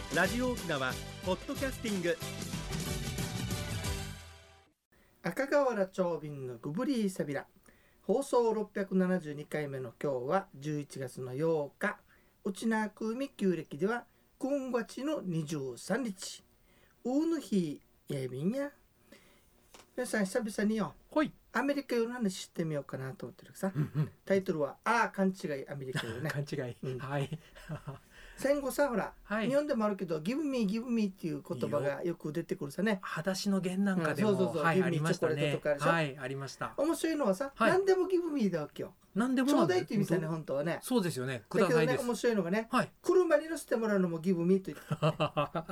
ラジオ沖縄ポッドキャスティング。 赤瓦長瓶のグブリーサビラ、放送672回目の今日は11月の8日、内縄久海旧暦では今月の23日、ウーヌヒーやびんや。皆さん久々によ、 はい、 アメリカ用の話してみようかなと思ってるさ、タイトルは勘違いアメリカ用ね勘違い、はい戦後さ、ほら、 はい、 日本でもあるけどギブミーギブミーっていう言葉がよく出てくるさね。 裸足の弦なんかでも、 そうはい、 ギブミーチョコレートとかあるでしょ、 はい、ありました。 面白いのはさ、 はい、 何でもギブミーだわけよ。 何でもちょうだいって意味さね、本当はね。 そうですよね。 だけどね、面白いのがね、 はい、 車に乗せてもらうのもギブミーと言ってだから、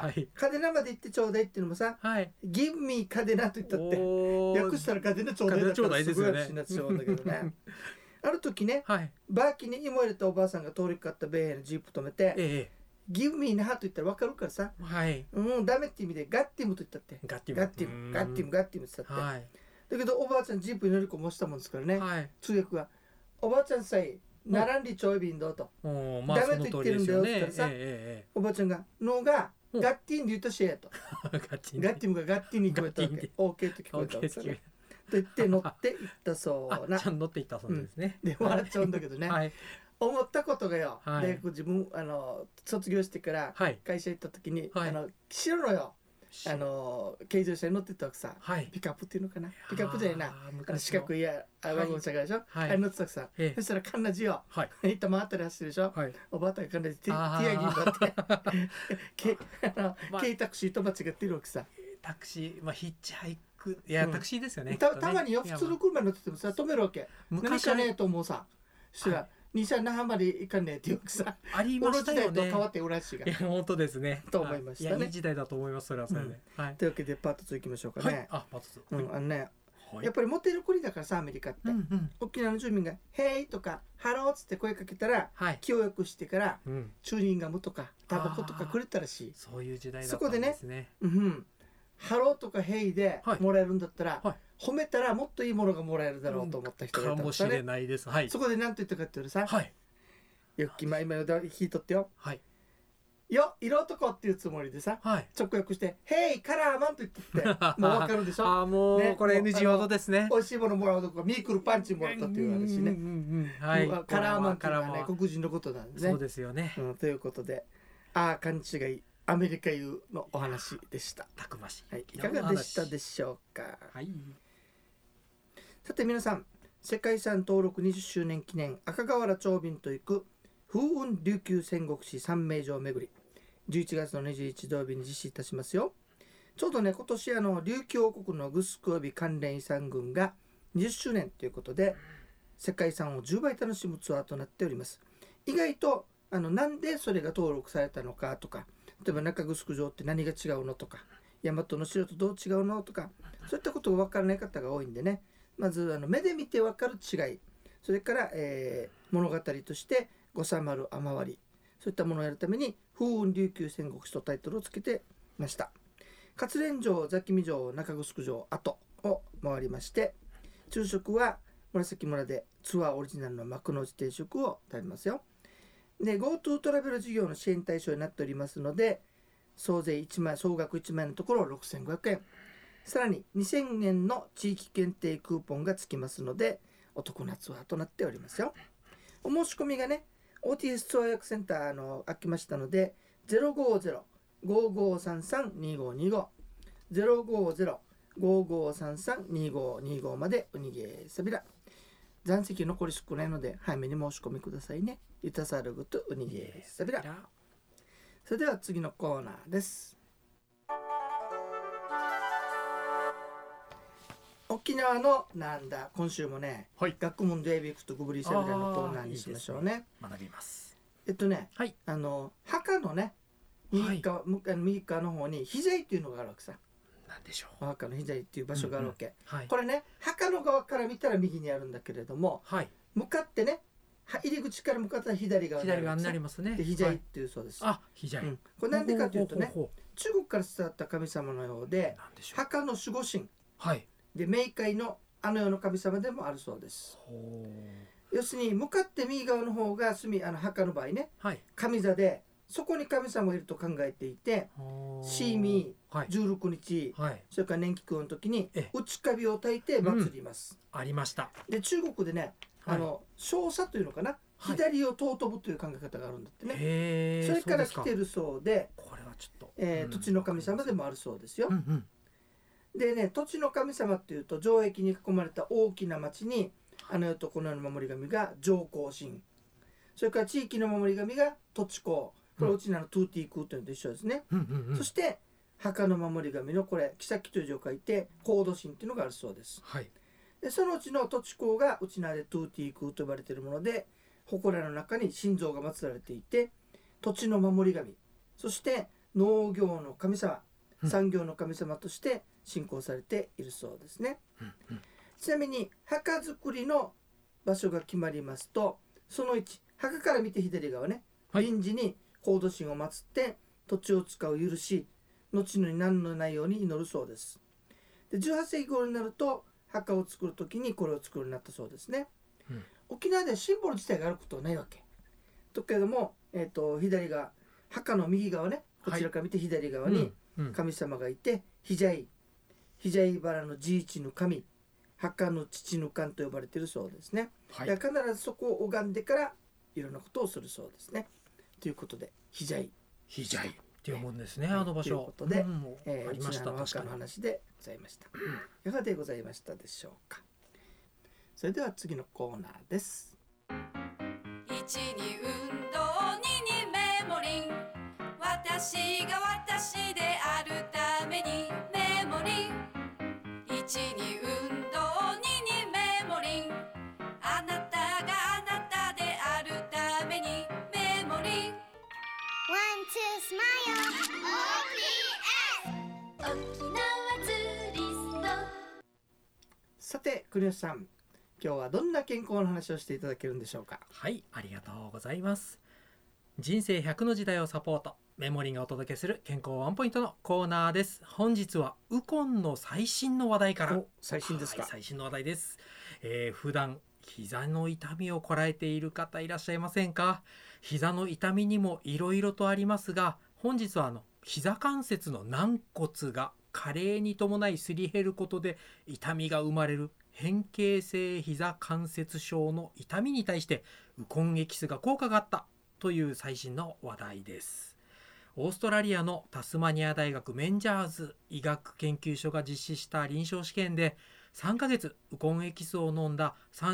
はい、 カデナまで行ってちょうだいっていうのもさ、 はい、 ギブミーカデナと言ったって訳したらカデナちょうだいだったらすごい話になってしまうんだけどねある時ね、 はい、 バーキに芋入れたおばあさんが通りかかった米兵のジープ止めて、ギブミーなと言ったら分かるからさ、 はい、 ダメって意味でガッティムと言ったって、 ガッティムって言ったって、 はい、 だけどおばあちゃんジープに乗り込もしたもんですからね、 はい、 通訳がおばあちゃんさえ並んでちょいびんどと、ダメと言ってるんだよって言ったらさ、おばあちゃんが脳がガッティンで言ったしやとガッティムがガッティンに聞こえたわけ、オーケーと聞こえたわけですねと言って乗っていったそうな。 ちゃん乗っていったそうですね、 で笑っちゃうんだけどね、はい、思ったことがよ、 はい、 大学自分卒業してから会社行った時に、はい、白のよ軽自動車に乗ってたわけさ、はい、ピカップっていうのかな、ピカップじゃないな、四角いワゴン車がでしょ、はい、あれ乗ってたわけさ、そしたらカンナジよ、はい、行った回ったり走るでしょ、はい、おばあたがカンナジティアギンだって軽タクシーと間違ってるわけさ。 タクシー、ヒッチハイク、いや、タクシーですよね。 たまによ、普通の車乗っててもさ、止めるわけ。何かねえと思うさ。そしたら、西那覇まで行かねえっていうかさ、 ありましたよね。 と変わって浦市が。 いや、本当ですね。 と思いましたね。 いい時代だと思います、それはそれで。 というわけで、パート2行きましょうかね。 パート 2。やっぱりモテる国だからさ、アメリカって。沖縄の住民が、ヘイとか、ハローっつって声かけたら、気をよくしてから、チューニンガムとか、タバコとかくれたらしい。 そういう時代だったんですね。 そこでね、ハローとかヘイでもらえるんだったら、褒めたらもっといいものがもらえるだろうと思った人がいたんですね。 かもしれないです。 そこで何て言ったかっていうとさ、よく今弾いとってよ。よ、色男っていうつもりでさ、直訳して「ヘイカラーマン」と言ってってもう分かるでしょ。 もうこれ NG ワードですね。 美味しいものもらうとかミークルパンチもらったっていう話ね。カラーマンっていうのはね、黒人のことなんですね。 そうですよね。 ということで、勘違いアメリカ流のお話でした。 たくましい。 いかがでしたでしょうか。 はい。 さて皆さん、世界遺産登録20周年記念赤瓦長瓶と行く風雲琉球戦国史三名城巡り、11月の21日土曜日に実施いたしますよ。ちょうどね、今年琉球王国のグスク及び関連遺産群が20周年ということで、世界遺産を10倍楽しむツアーとなっております。意外となんでそれが登録されたのかとか、例えば中城城って何が違うのとか、大和の城とどう違うのとか、そういったことが分からない方が多いんでね、まず目で見て分かる違い、それから、物語として収まる雨割り、そういったものをやるために風雲琉球戦国史とタイトルをつけてました。勝連城、座喜味城、中城城跡を回りまして、昼食は紫村でツアーオリジナルの幕の内定食を食べますよ。で GoTo トラベル事業の支援対象になっておりますので、総額1万円のところ6500円、さらに2000円の地域限定クーポンがつきますので、お得なツアーとなっておりますよ。お申し込みがね、OTS ツアー予約センター開きましたので、050-5533-2525 050-5533-2525までおにげさびら。残席残り少ないので早めに申し込みくださいね。ゆたさるぐとうにげさびら。それでは次のコーナーです。沖縄のなんだ、今週もね、学問デイビックとグブリーサビラのコーナーにしましょうね。 学びます。 墓のね、右側の方に膝井っていうのがあるわけさ。 なんでしょう。墓の膝井っていう場所があるわけ。これね、墓の側から見たら右にあるんだけれども、向かってね、入り口から向かったら左側になりますね。 で膝井っていうそうです。 膝井。 これなんでかというとね、中国から伝わった神様のようで、墓の守護神。で冥界の世の神様でもあるそうです。要するに向かって右側の方が墓の場合ね、上座でそこに神様がいると考えていて、シーミはい 16日、 はいそれから年菊の時にえ内カビを焚いて祭ります、 ありました。 で中国でね、 はい少佐というのかな、 はい左を尊ぶという考え方があるんだってね、 へえ。 それからそうですか来てるそうで、 これはちょっと、 土地の神様でもあるそうですよ、 うんうんでね、土地の神様っていうと城壁に囲まれた大きな町にあの世とこの世の守り神が上皇神、それから地域の守り神が土地公、これうちなのトゥーティークーというのと一緒ですね、 うんうんうん。 そして墓の守り神のこれ妃という字を書いてコード神っていうのがあるそうです。 はいでそのうちの土地公がうちなでトゥーティークーと呼ばれているもので、祠の中に心臓が祀られていて、土地の守り神、そして農業の神様、産業の神様として信仰されているそうですね。 うんうんちなみに墓作りの場所が決まりますと、その1、墓から見て左側ね、 はい臨時にコード神を祀って土地を使う許し、後に何のないように祈るそうです。で18世紀頃になると墓を作るときにこれを作るようになったそうですね、 うん沖縄ではシンボル自体があることはないわけだけれども、左側、墓の右側ね、こちらから見て左側にうんうん神様がいて、ヒジャイバラのじいちぬ神、墓の父ぬ神と呼ばれているそうですね、 はいだから必ずそこを拝んでからいろんなことをするそうですね。ということでヒジャイ、 ヒジャイっていうもんですね、あの場所。 ということでうんありました。 うちの確かに墓の。話でございました。いかがでございましたでしょうか。それでは次のコーナーです。 1に運動2にメモリン、私が私であるためにメモリン、1に運動2にメモリン、あなたがあなたであるためにメモリン。 One, two, smile. OPS. 沖縄ツーリスト。 さて国吉さん、今日はどんな健康の話をしていただけるんでしょうか。 はいありがとうございます。人生100の時代をサポート、メモリーがお届けする健康ワンポイントのコーナーです。本日はウコンの最新の話題から。 お最新ですか。 はい最新の話題です。普段膝の痛みをこらえている方いらっしゃいませんか。膝の痛みにもいろいろとありますが、本日は膝関節の軟骨が加齢に伴いすり減ることで痛みが生まれる変形性膝関節症の痛みに対してウコンエキスが効果があったという最新の話題です。オーストラリアのタスマニア大学メンジャーズ医学研究所が実施した臨床試験で、3ヶ月ウコンエキスを飲んだ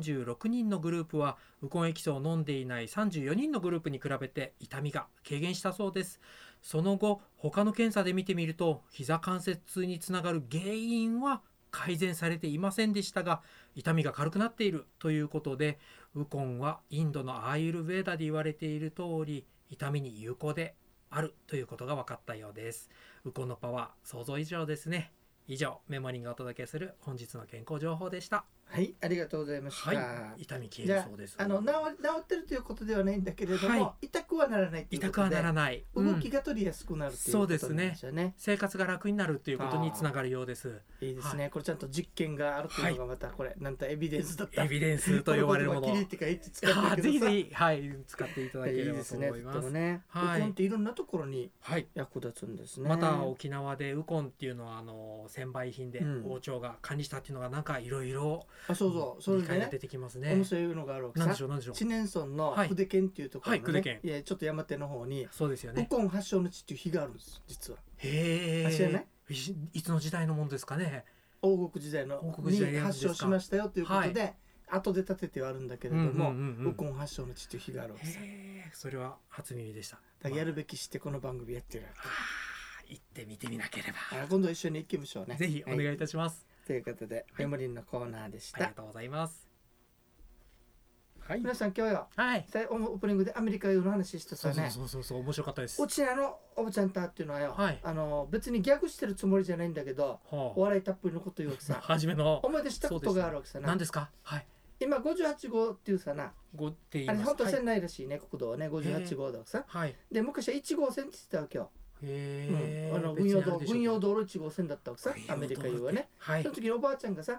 36人のグループはウコンエキスを飲んでいない34人のグループに比べて痛みが軽減したそうです。その後他の検査で見てみると、膝関節痛につながる原因は改善されていませんでしたが、痛みが軽くなっているということで、ウコンはインドのアーユルヴェーダで言われている通り痛みに有効であるということが分かったようです。ウコンのパワー想像以上ですね。以上、メモリーがお届けする本日の健康情報でした。 はい、ありがとうございました。 はい痛み消えるそうです。 治ってるということではないんだけれども、 は痛くはならないということで、 痛くはならない、 動きが取りやすくなるということなんですよね。 生活が楽になるということにつながるようです。 いいですね、これちゃんと実験があるというのがまたこれ、なんとエビデンスだった。 エビデンスと呼ばれるもの。 キリってかエッチ使ってぜひください。 ぜひ、はい、使っていただけいいればとですね。とって思います。 もね、 はいウコンっていろんなところにはい。 役立つんですね。 また沖縄でウコンっていうのは専売品でうん王朝が管理したっていうのがなんかいろいろそうそう、それでね、 理解が出てきますね。 面白いのがあるわけさなんでし。ょうなんでしょう。 知念村のはい筆県っていうところのね、 はい筆県いやちょっと山手の方にそうですよね。 ウコン発祥の地っていう日があるんです実は。 へえ。 知らない？ いつの時代のものですかね。 王国時代の王国時代に発祥しましたよということで、 は後で建ててはあるんだけれども、 ウウコン発祥の地という日があるわけさ。 へえ。それは初耳でした。 だからやるべきしてこの番組やってるわけ。 行ってみてみなければ。 今度一緒に行きましょうね。 ぜひお願いいたします。 ということで、メモリンのコーナーでした。 ありがとうございます。はい。 皆さん今日よ、 はい。 オープニングでアメリカの話したそうさね。 そう面白かったです。 うちのおばちゃんたっていうのはよ、 はい別にギャグしてるつもりじゃないんだけど、おは笑いたっぷりのこと言うわけあ。 さ。 初めの思い出したことがあるわけさな。 何ですか。はい。 今58号っていうさな、 5って言います。 あれ本当ははい線ないらしいね、国道はね、58号だわけさ。 はい。 で昔は1号線って言ってたわけよ。 へえ。 軍用道路1号線だったわけさ、アメリカいうはね。 はいその。時におばあちゃんがさ、 はい。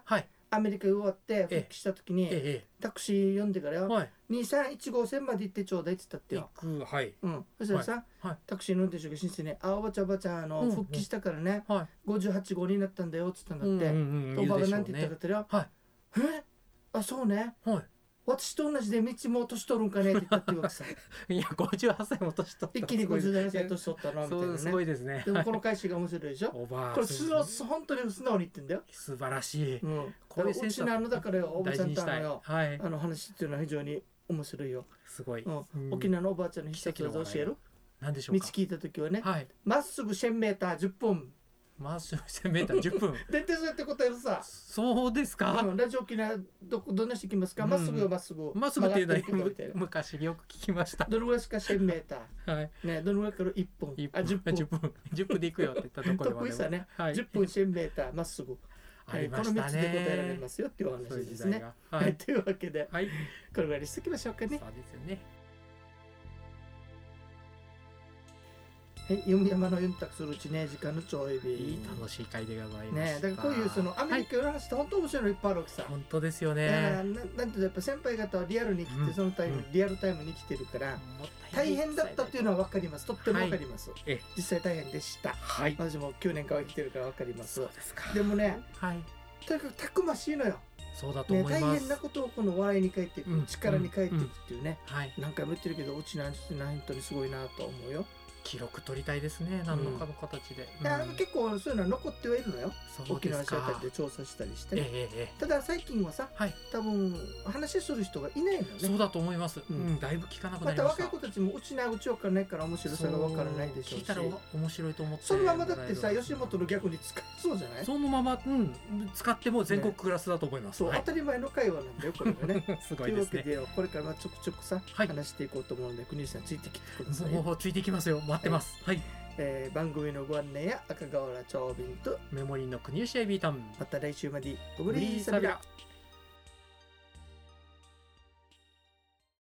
アメリカが終わって復帰した時にえタクシー呼んでからよ、 はい 2315線まで行ってちょうだいって言ったってよ。 行くはいそしたらさ、 はいタクシーの運転手が親切に「おばちゃんおばちゃん復帰したからね、 はい 58号になったんだよ」っつったんだって、おばがなんて言ったかってよ、 はいあそうね、 は私と同じで道も年取るんかねって言ったっていうわけさいいや58歳も年取った一気に57歳年取ったのみたいなそうすごね。 いですね。 でもこの返しが面白いでしょ。 おばあこれ本当に素直に言ってんだよ。 素晴らしい。 これうちのだからおばちゃんとよ、 はい話っていうのは非常に面白いよ。 すごい。 沖縄のおばあちゃんの必殺技教える？ 何でしょうか。 道聞いた時はね、 はい。 まっすぐ1000メーター10分。 まっすぐ1000メーター10分。 絶対そうやって答えるさ。 そうですか。 ラジオ沖縄どんなしてきますか？まっすぐよまっすぐ。 まっすぐっていうのは昔よく聞きました。 どのぐらいですか1000メーター。 はい。 ねどのぐらいから1分。 10分で行くよって言ったところまで。 得意さね。10分1000メーターまっすぐ。この3つで答えられますよっていうお話ですね。はい。というわけで、これぐらいにしておきましょうかね。 そうですよね。 はい、読山のユンタクするうちね時間のちょいいい楽しい回でございました。 ね、だからこういうそのアメリカの話って本当面白いのいっぱいあるわけさ。 本当ですよね。 なんていうのやっぱ先輩方はリアルに生きてそのタイムリアルタイムに生きてるから大変だったっていうのは分かります。とっても分かります。実際大変でした。私も9年間は生きてるから分かります。でもね、とにかくたくましいのよ。 そうだと思います。 大変なことをこの笑いに変えていく、力に変えていくっていうね。何回も言ってるけどうちなんて本当にすごいなと思うよ。 記録取りたいですね。何のかの形で。 結構そういうのは残ってはいるのよ。沖縄市あたりで調査したりして。ただ最近はさ、多分話する人がいないのよね。 そうだと思います。だいぶ聞かなくなりました。 また若い子たちもうちわからないから面白さが分からないでしょうし。 聞いたら面白いと思って。 そのままだってさ吉本の逆に使えそうじゃない？ そのまま使っても全国クラスだと思います。 そう当たり前の会話なんだよこれはね。 すごいですね。 というわけでこれからちょくちょくさ話していこうと思うので国吉さんついてきてください。 もうついてきますよ。待ってます。はい。 番組のご案内や赤瓦長瓶とメモリーの国吉エビータン。 また来週までごぶりーさびら。